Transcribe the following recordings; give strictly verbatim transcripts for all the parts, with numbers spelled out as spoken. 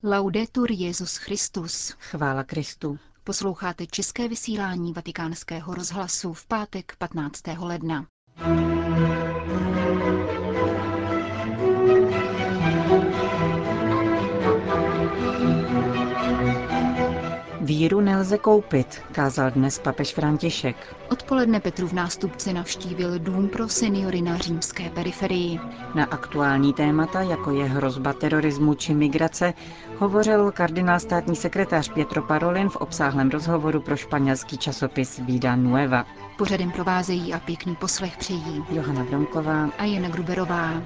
Laudetur Jesus Christus. Chvála Kristu. Posloucháte české vysílání Vatikánského rozhlasu v pátek patnáctého ledna. Víru nelze koupit, kázal dnes papež František. Odpoledne Petrův nástupce navštívil dům pro seniory na římské periferii. Na aktuální témata, jako je hrozba terorismu či migrace, hovořil kardinál státní sekretář Pietro Parolin v obsáhlém rozhovoru pro španělský časopis Vida Nueva. Pořadem provázejí a pěkný poslech přejí Johana Bronková a Jana Gruberová.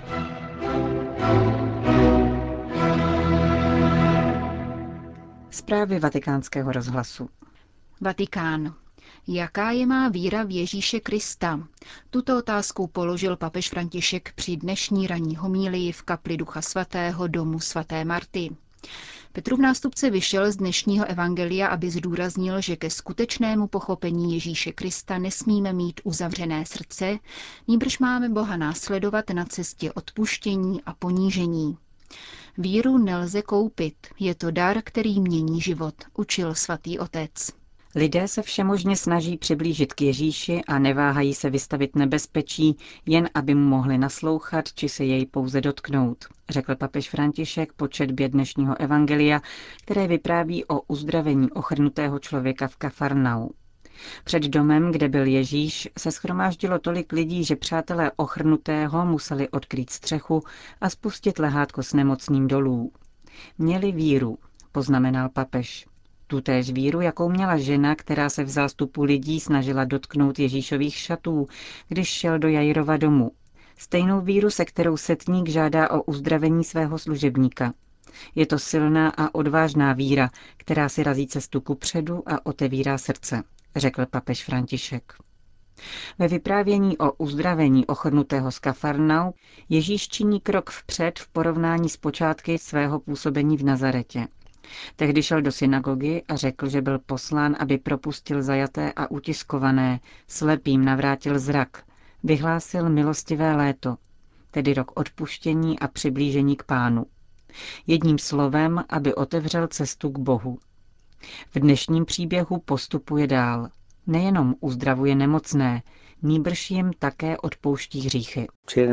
Zprávy Vatikánského rozhlasu. Vatikán. Jaká je má víra v Ježíše Krista? Tuto otázku položil papež František při dnešní ranní homílii v kapli Ducha svatého domu svaté Marty. Petrův nástupce vyšel z dnešního evangelia, aby zdůraznil, že ke skutečnému pochopení Ježíše Krista nesmíme mít uzavřené srdce, nýbrž máme Boha následovat na cestě odpuštění a ponížení. Víru nelze koupit, je to dar, který mění život, učil svatý otec. Lidé se všemožně snaží přiblížit k Ježíši a neváhají se vystavit nebezpečí, jen aby mu mohli naslouchat či se jej pouze dotknout, řekl papež František po četbě dnešního evangelia, které vypráví o uzdravení ochrnutého člověka v Kafarnau. Před domem, kde byl Ježíš, se shromáždilo tolik lidí, že přátelé ochrnutého museli odkrýt střechu a spustit lehátko s nemocným dolů. Měli víru, poznamenal papež. Tutéž víru, jakou měla žena, která se v zástupu lidí snažila dotknout Ježíšových šatů, když šel do Jairova domu. Stejnou víru, se kterou setník žádá o uzdravení svého služebníka. Je to silná a odvážná víra, která si razí cestu kupředu a otevírá srdce, řekl papež František. Ve vyprávění o uzdravení ochrnutého z Kafarnau Ježíš činí krok vpřed v porovnání s počátky svého působení v Nazaretě. Tehdy šel do synagogy a řekl, že byl poslán, aby propustil zajaté a utiskované, slepým navrátil zrak, vyhlásil milostivé léto, tedy rok odpuštění a přiblížení k Pánu. Jedním slovem, aby otevřel cestu k Bohu. V dnešním příběhu postupuje dál. Nejenom uzdravuje nemocné, nýbrž jim také odpouští hříchy.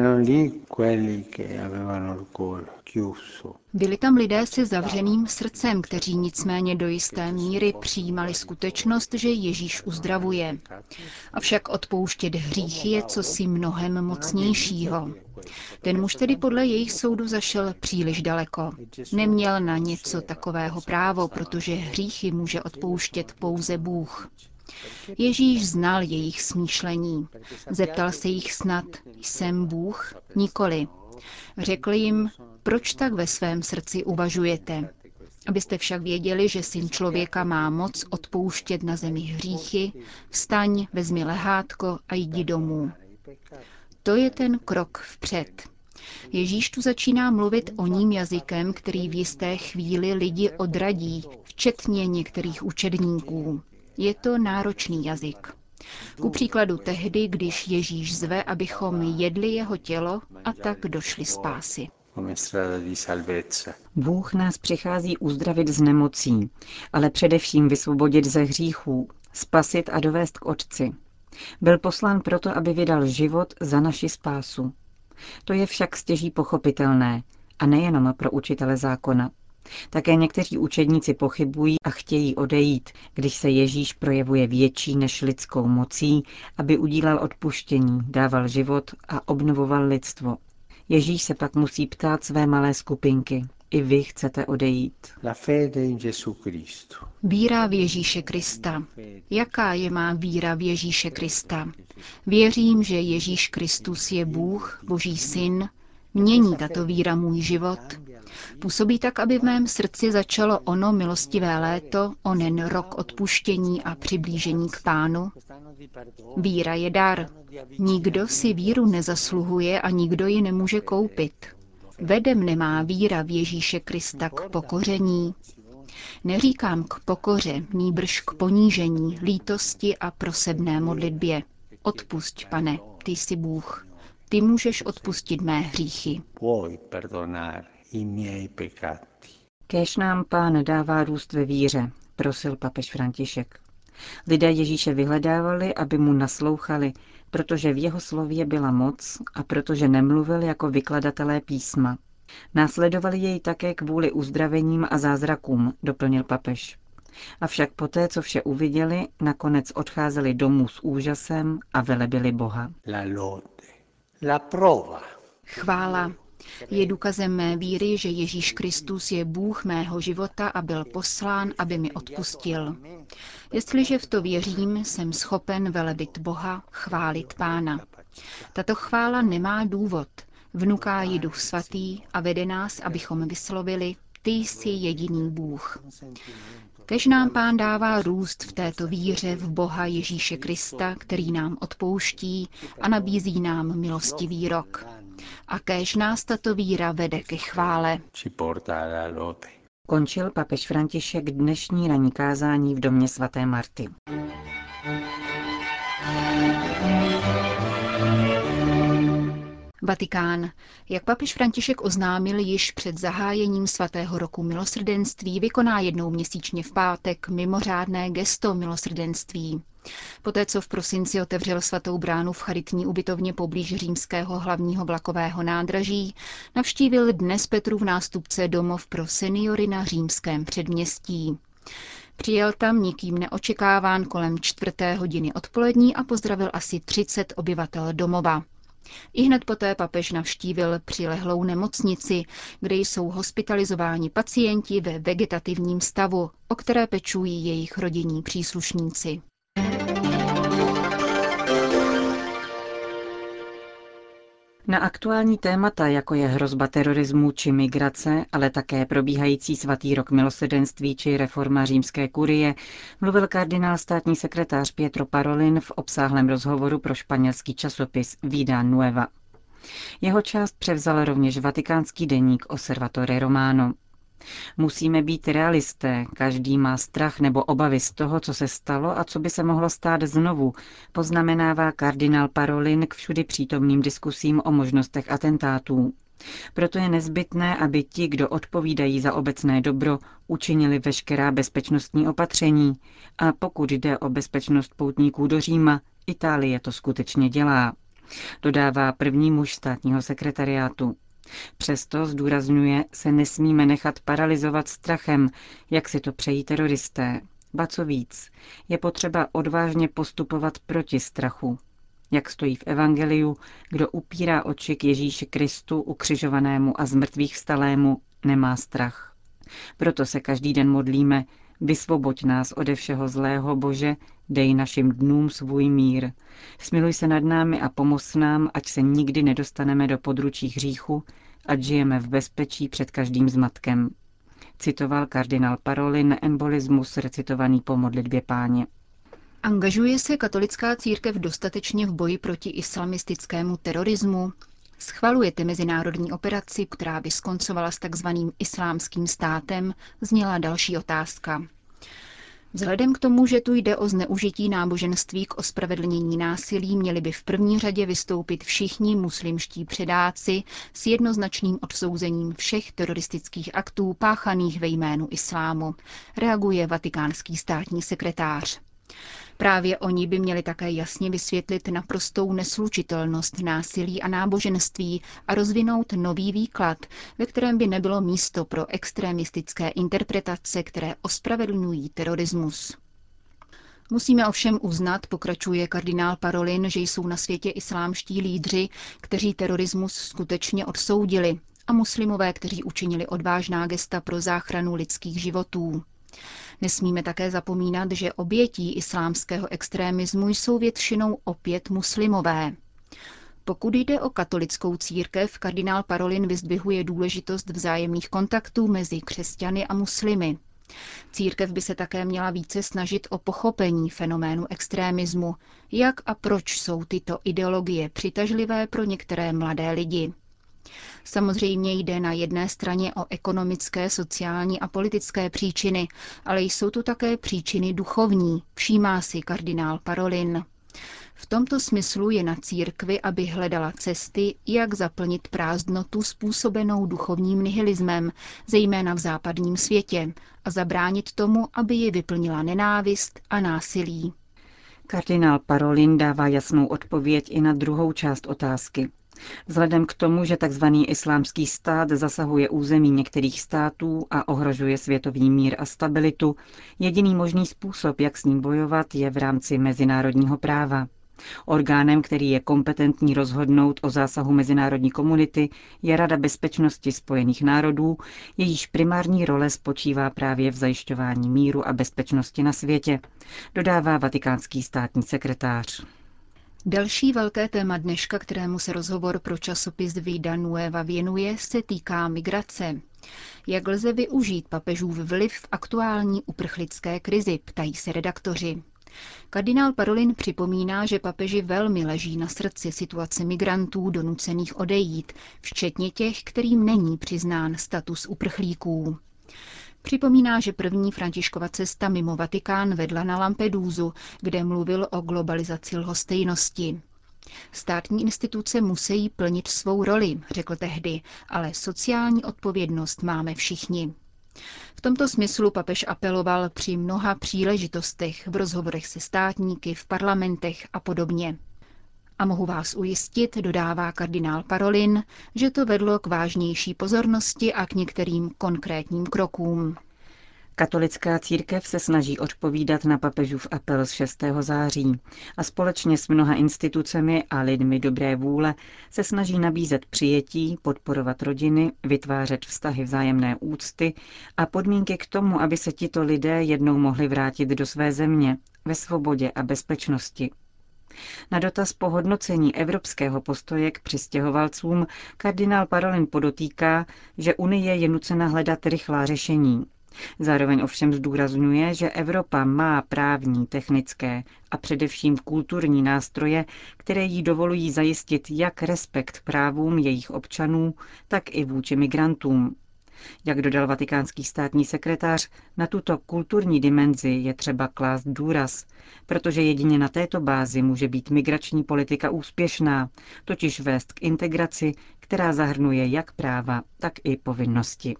Byli tam lidé se zavřeným srdcem, kteří nicméně do jisté míry přijímali skutečnost, že Ježíš uzdravuje. Avšak odpouštět hříchy je cosi mnohem mocnějšího. Ten muž tedy podle jejich soudu zašel příliš daleko. Neměl na něco takového právo, protože hříchy může odpouštět pouze Bůh. Ježíš znal jejich smýšlení. Zeptal se jich snad, jsem Bůh? Nikoli. Řekl jim, proč tak ve svém srdci uvažujete? Abyste však věděli, že Syn člověka má moc odpouštět na zemi hříchy, vstaň, vezmi lehátko a jdi domů. To je ten krok vpřed. Ježíš tu začíná mluvit o ním jazykem, který v jisté chvíli lidi odradí, včetně některých učedníků. Je to náročný jazyk. Ku příkladu tehdy, když Ježíš zve, abychom jedli jeho tělo a tak došli spásy. Bůh nás přichází uzdravit z nemocí, ale především vysvobodit ze hříchů, spasit a dovést k Otci. Byl poslán proto, aby vydal život za naši spásu. To je však stěží pochopitelné, a nejenom pro učitele zákona. Také někteří učedníci pochybují a chtějí odejít, když se Ježíš projevuje větší než lidskou mocí, aby udílel odpuštění, dával život a obnovoval lidstvo. Ježíš se pak musí ptát své malé skupinky. I vy chcete odejít. Víra v Ježíše Krista. Jaká je má víra v Ježíše Krista? Věřím, že Ježíš Kristus je Bůh, Boží syn. Mění tato víra můj život. Působí tak, aby v mém srdci začalo ono milostivé léto, onen rok odpuštění a přiblížení k Pánu. Víra je dar. Nikdo si víru nezasluhuje a nikdo ji nemůže koupit. Vede mne má víra v Ježíše Krista k pokoření. Neříkám k pokoře, nýbrž k ponížení, lítosti a prosebné modlitbě. Odpusť, Pane, ty jsi Bůh. Ty můžeš odpustit mé hříchy. Kéž nám Pán dává růst ve víře, prosil papež František. Lidé Ježíše vyhledávali, aby mu naslouchali, protože v jeho slově byla moc a protože nemluvil jako vykladatelé písma. Následovali jej také kvůli uzdravením a zázrakům, doplnil papež. Avšak poté, co vše uviděli, nakonec odcházeli domů s úžasem a velebili Boha. Chvála je důkazem mé víry, že Ježíš Kristus je Bůh mého života a byl poslán, aby mi odpustil. Jestliže v to věřím, jsem schopen velebit Boha, chválit Pána. Tato chvála nemá důvod. Vnuká ji Duch Svatý a vede nás, abychom vyslovili: Ty jsi jediný Bůh. Kéž nám Pán dává růst v této víře v Boha Ježíše Krista, který nám odpouští a nabízí nám milostivý rok. A kéž nás tato víra vede ke chvále. Končil papež František dnešní ranní kázání v domě svaté Marty. Vatikán. Jak papež František oznámil již před zahájením svatého roku milosrdenství, vykoná jednou měsíčně v pátek mimořádné gesto milosrdenství. Poté, co v prosinci otevřel svatou bránu v charitní ubytovně poblíž římského hlavního vlakového nádraží, navštívil dnes Petrův nástupce domov pro seniory na římském předměstí. Přijel tam nikým neočekáván kolem čtvrté hodiny odpolední a pozdravil asi třicet obyvatel domova. Ihned poté papež navštívil přilehlou nemocnici, kde jsou hospitalizováni pacienti ve vegetativním stavu, o které pečují jejich rodinní příslušníci. Na aktuální témata, jako je hrozba terorismu či migrace, ale také probíhající svatý rok milosrdenství či reforma římské kurie, mluvil kardinál státní sekretář Pietro Parolin v obsáhlém rozhovoru pro španělský časopis Vida Nueva. Jeho část převzal rovněž vatikánský deník Osservatore Romano. Musíme být realisté, každý má strach nebo obavy z toho, co se stalo a co by se mohlo stát znovu, poznamenává kardinál Parolin k všudy přítomným diskusím o možnostech atentátů. Proto je nezbytné, aby ti, kdo odpovídají za obecné dobro, učinili veškerá bezpečnostní opatření. A pokud jde o bezpečnost poutníků do Říma, Itálie to skutečně dělá, dodává první muž státního sekretariátu. Přesto, zdůrazňuje, se nesmíme nechat paralyzovat strachem, jak si to přejí teroristé. Ba co víc, je potřeba odvážně postupovat proti strachu. Jak stojí v evangeliu, kdo upírá oči k Ježíši Kristu ukřižovanému a zmrtvých vstalému, nemá strach. Proto se každý den modlíme: vysvoboď nás ode všeho zlého, Bože, dej našim dnům svůj mír. Smiluj se nad námi a pomoz nám, ať se nikdy nedostaneme do područí hříchu, ať žijeme v bezpečí před každým zmatkem. Citoval kardinál Parolin embolismus recitovaný po modlitbě Páně. Angažuje se katolická církev dostatečně v boji proti islamistickému terorismu? Schvalujete mezinárodní operaci, která by skoncovala s takzvaným islámským státem, zněla další otázka. Vzhledem k tomu, že tu jde o zneužití náboženství k ospravedlnění násilí, měli by v první řadě vystoupit všichni muslimští předáci s jednoznačným odsouzením všech teroristických aktů páchaných ve jménu islámu, reaguje vatikánský státní sekretář. Právě oni by měli také jasně vysvětlit naprostou neslučitelnost násilí a náboženství a rozvinout nový výklad, ve kterém by nebylo místo pro extremistické interpretace, které ospravedlňují terorismus. Musíme ovšem uznat, pokračuje kardinál Parolin, že jsou na světě islámští lídři, kteří terorismus skutečně odsoudili, a muslimové, kteří učinili odvážná gesta pro záchranu lidských životů. Nesmíme také zapomínat, že obětí islámského extrémismu jsou většinou opět muslimové. Pokud jde o katolickou církev, kardinál Parolin vyzdvihuje důležitost vzájemných kontaktů mezi křesťany a muslimy. Církev by se také měla více snažit o pochopení fenoménu extrémismu, jak a proč jsou tyto ideologie přitažlivé pro některé mladé lidi. Samozřejmě jde na jedné straně o ekonomické, sociální a politické příčiny, ale jsou tu také příčiny duchovní, všímá si kardinál Parolin. V tomto smyslu je na církvi, aby hledala cesty, jak zaplnit prázdnotu způsobenou duchovním nihilismem, zejména v západním světě, a zabránit tomu, aby ji vyplnila nenávist a násilí. Kardinál Parolin dává jasnou odpověď i na druhou část otázky. Vzhledem k tomu, že tzv. Islámský stát zasahuje území některých států a ohrožuje světový mír a stabilitu, jediný možný způsob, jak s ním bojovat, je v rámci mezinárodního práva. Orgánem, který je kompetentní rozhodnout o zásahu mezinárodní komunity, je Rada bezpečnosti Spojených národů, jejíž primární role spočívá právě v zajišťování míru a bezpečnosti na světě, dodává vatikánský státní sekretář. Další velké téma dneška, kterému se rozhovor pro časopis Vida Nueva věnuje, se týká migrace. Jak lze využít papežův vliv v aktuální uprchlické krizi, ptají se redaktoři. Kardinál Parolin připomíná, že papeži velmi leží na srdci situace migrantů donucených odejít, včetně těch, kterým není přiznán status uprchlíků. Připomíná, že první Františkova cesta mimo Vatikán vedla na Lampedúzu, kde mluvil o globalizaci lhostejnosti. Státní instituce musí plnit svou roli, řekl tehdy, ale sociální odpovědnost máme všichni. V tomto smyslu papež apeloval při mnoha příležitostech, v rozhovorech se státníky, v parlamentech a podobně. A mohu vás ujistit, dodává kardinál Parolin, že to vedlo k vážnější pozornosti a k některým konkrétním krokům. Katolická církev se snaží odpovídat na papežův apel z šestého září a společně s mnoha institucemi a lidmi dobré vůle se snaží nabízet přijetí, podporovat rodiny, vytvářet vztahy vzájemné úcty a podmínky k tomu, aby se tito lidé jednou mohli vrátit do své země ve svobodě a bezpečnosti. Na dotaz po hodnocení evropského postoje k přistěhovalcům kardinál Parolin podotýká, že Unie je nucena hledat rychlá řešení. Zároveň ovšem zdůrazňuje, že Evropa má právní, technické a především kulturní nástroje, které jí dovolují zajistit jak respekt právům jejich občanů, tak i vůči migrantům. Jak dodal vatikánský státní sekretář, na tuto kulturní dimenzi je třeba klást důraz, protože jedině na této bázi může být migrační politika úspěšná, totiž vést k integraci, která zahrnuje jak práva, tak i povinnosti.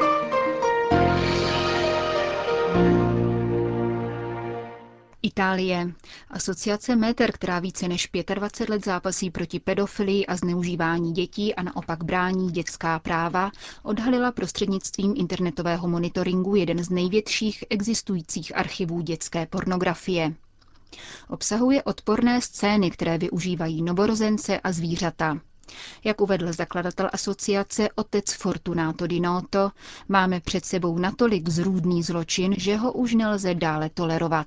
Itálie. Asociace Méter, která více než dvacet pět let zápasí proti pedofilii a zneužívání dětí a naopak brání dětská práva, odhalila prostřednictvím internetového monitoringu jeden z největších existujících archivů dětské pornografie. Obsahuje odporné scény, které využívají novorozence a zvířata. Jak uvedl zakladatel asociace otec Fortunato Di Noto, máme před sebou natolik zrůdný zločin, že ho už nelze dále tolerovat.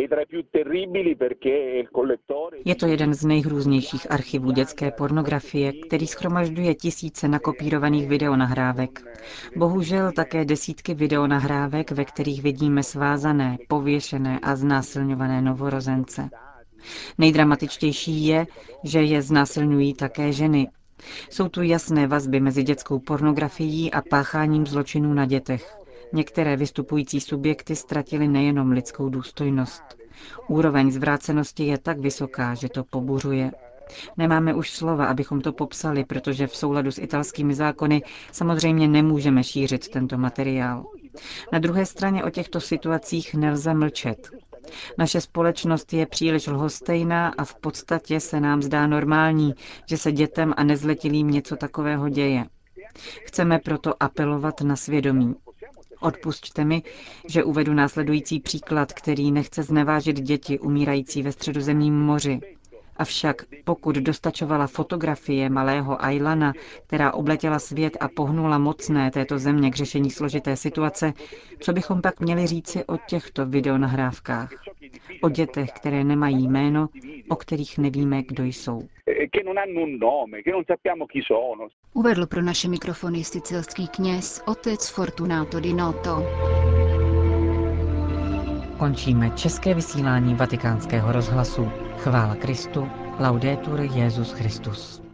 Je to jeden z nejhrůznějších archivů dětské pornografie, který shromažďuje tisíce nakopírovaných videonahrávek. Bohužel také desítky videonahrávek, ve kterých vidíme svázané, pověšené a znásilňované novorozence. Nejdramatičtější je, že je znásilňují také ženy. Jsou tu jasné vazby mezi dětskou pornografií a pácháním zločinů na dětech. Některé vystupující subjekty ztratily nejenom lidskou důstojnost. Úroveň zvrácenosti je tak vysoká, že to pobuřuje. Nemáme už slova, abychom to popsali, protože v souladu s italskými zákony samozřejmě nemůžeme šířit tento materiál. Na druhé straně o těchto situacích nelze mlčet. Naše společnost je příliš lhostejná a v podstatě se nám zdá normální, že se dětem a nezletilým něco takového děje. Chceme proto apelovat na svědomí. Odpusťte mi, že uvedu následující příklad, který nechce znevážit děti umírající ve Středozemním moři. Avšak pokud dostačovala fotografie malého Aylana, která obletěla svět a pohnula mocné této země k řešení složité situace, co bychom pak měli říci o těchto videonahrávkách? O dětech, které nemají jméno, o kterých nevíme, kdo jsou. Uvedl pro naše mikrofony sicilský kněz otec Fortunato Di Noto. Končíme české vysílání Vatikánského rozhlasu. Chvála Kristu, laudetur Jesus Christus.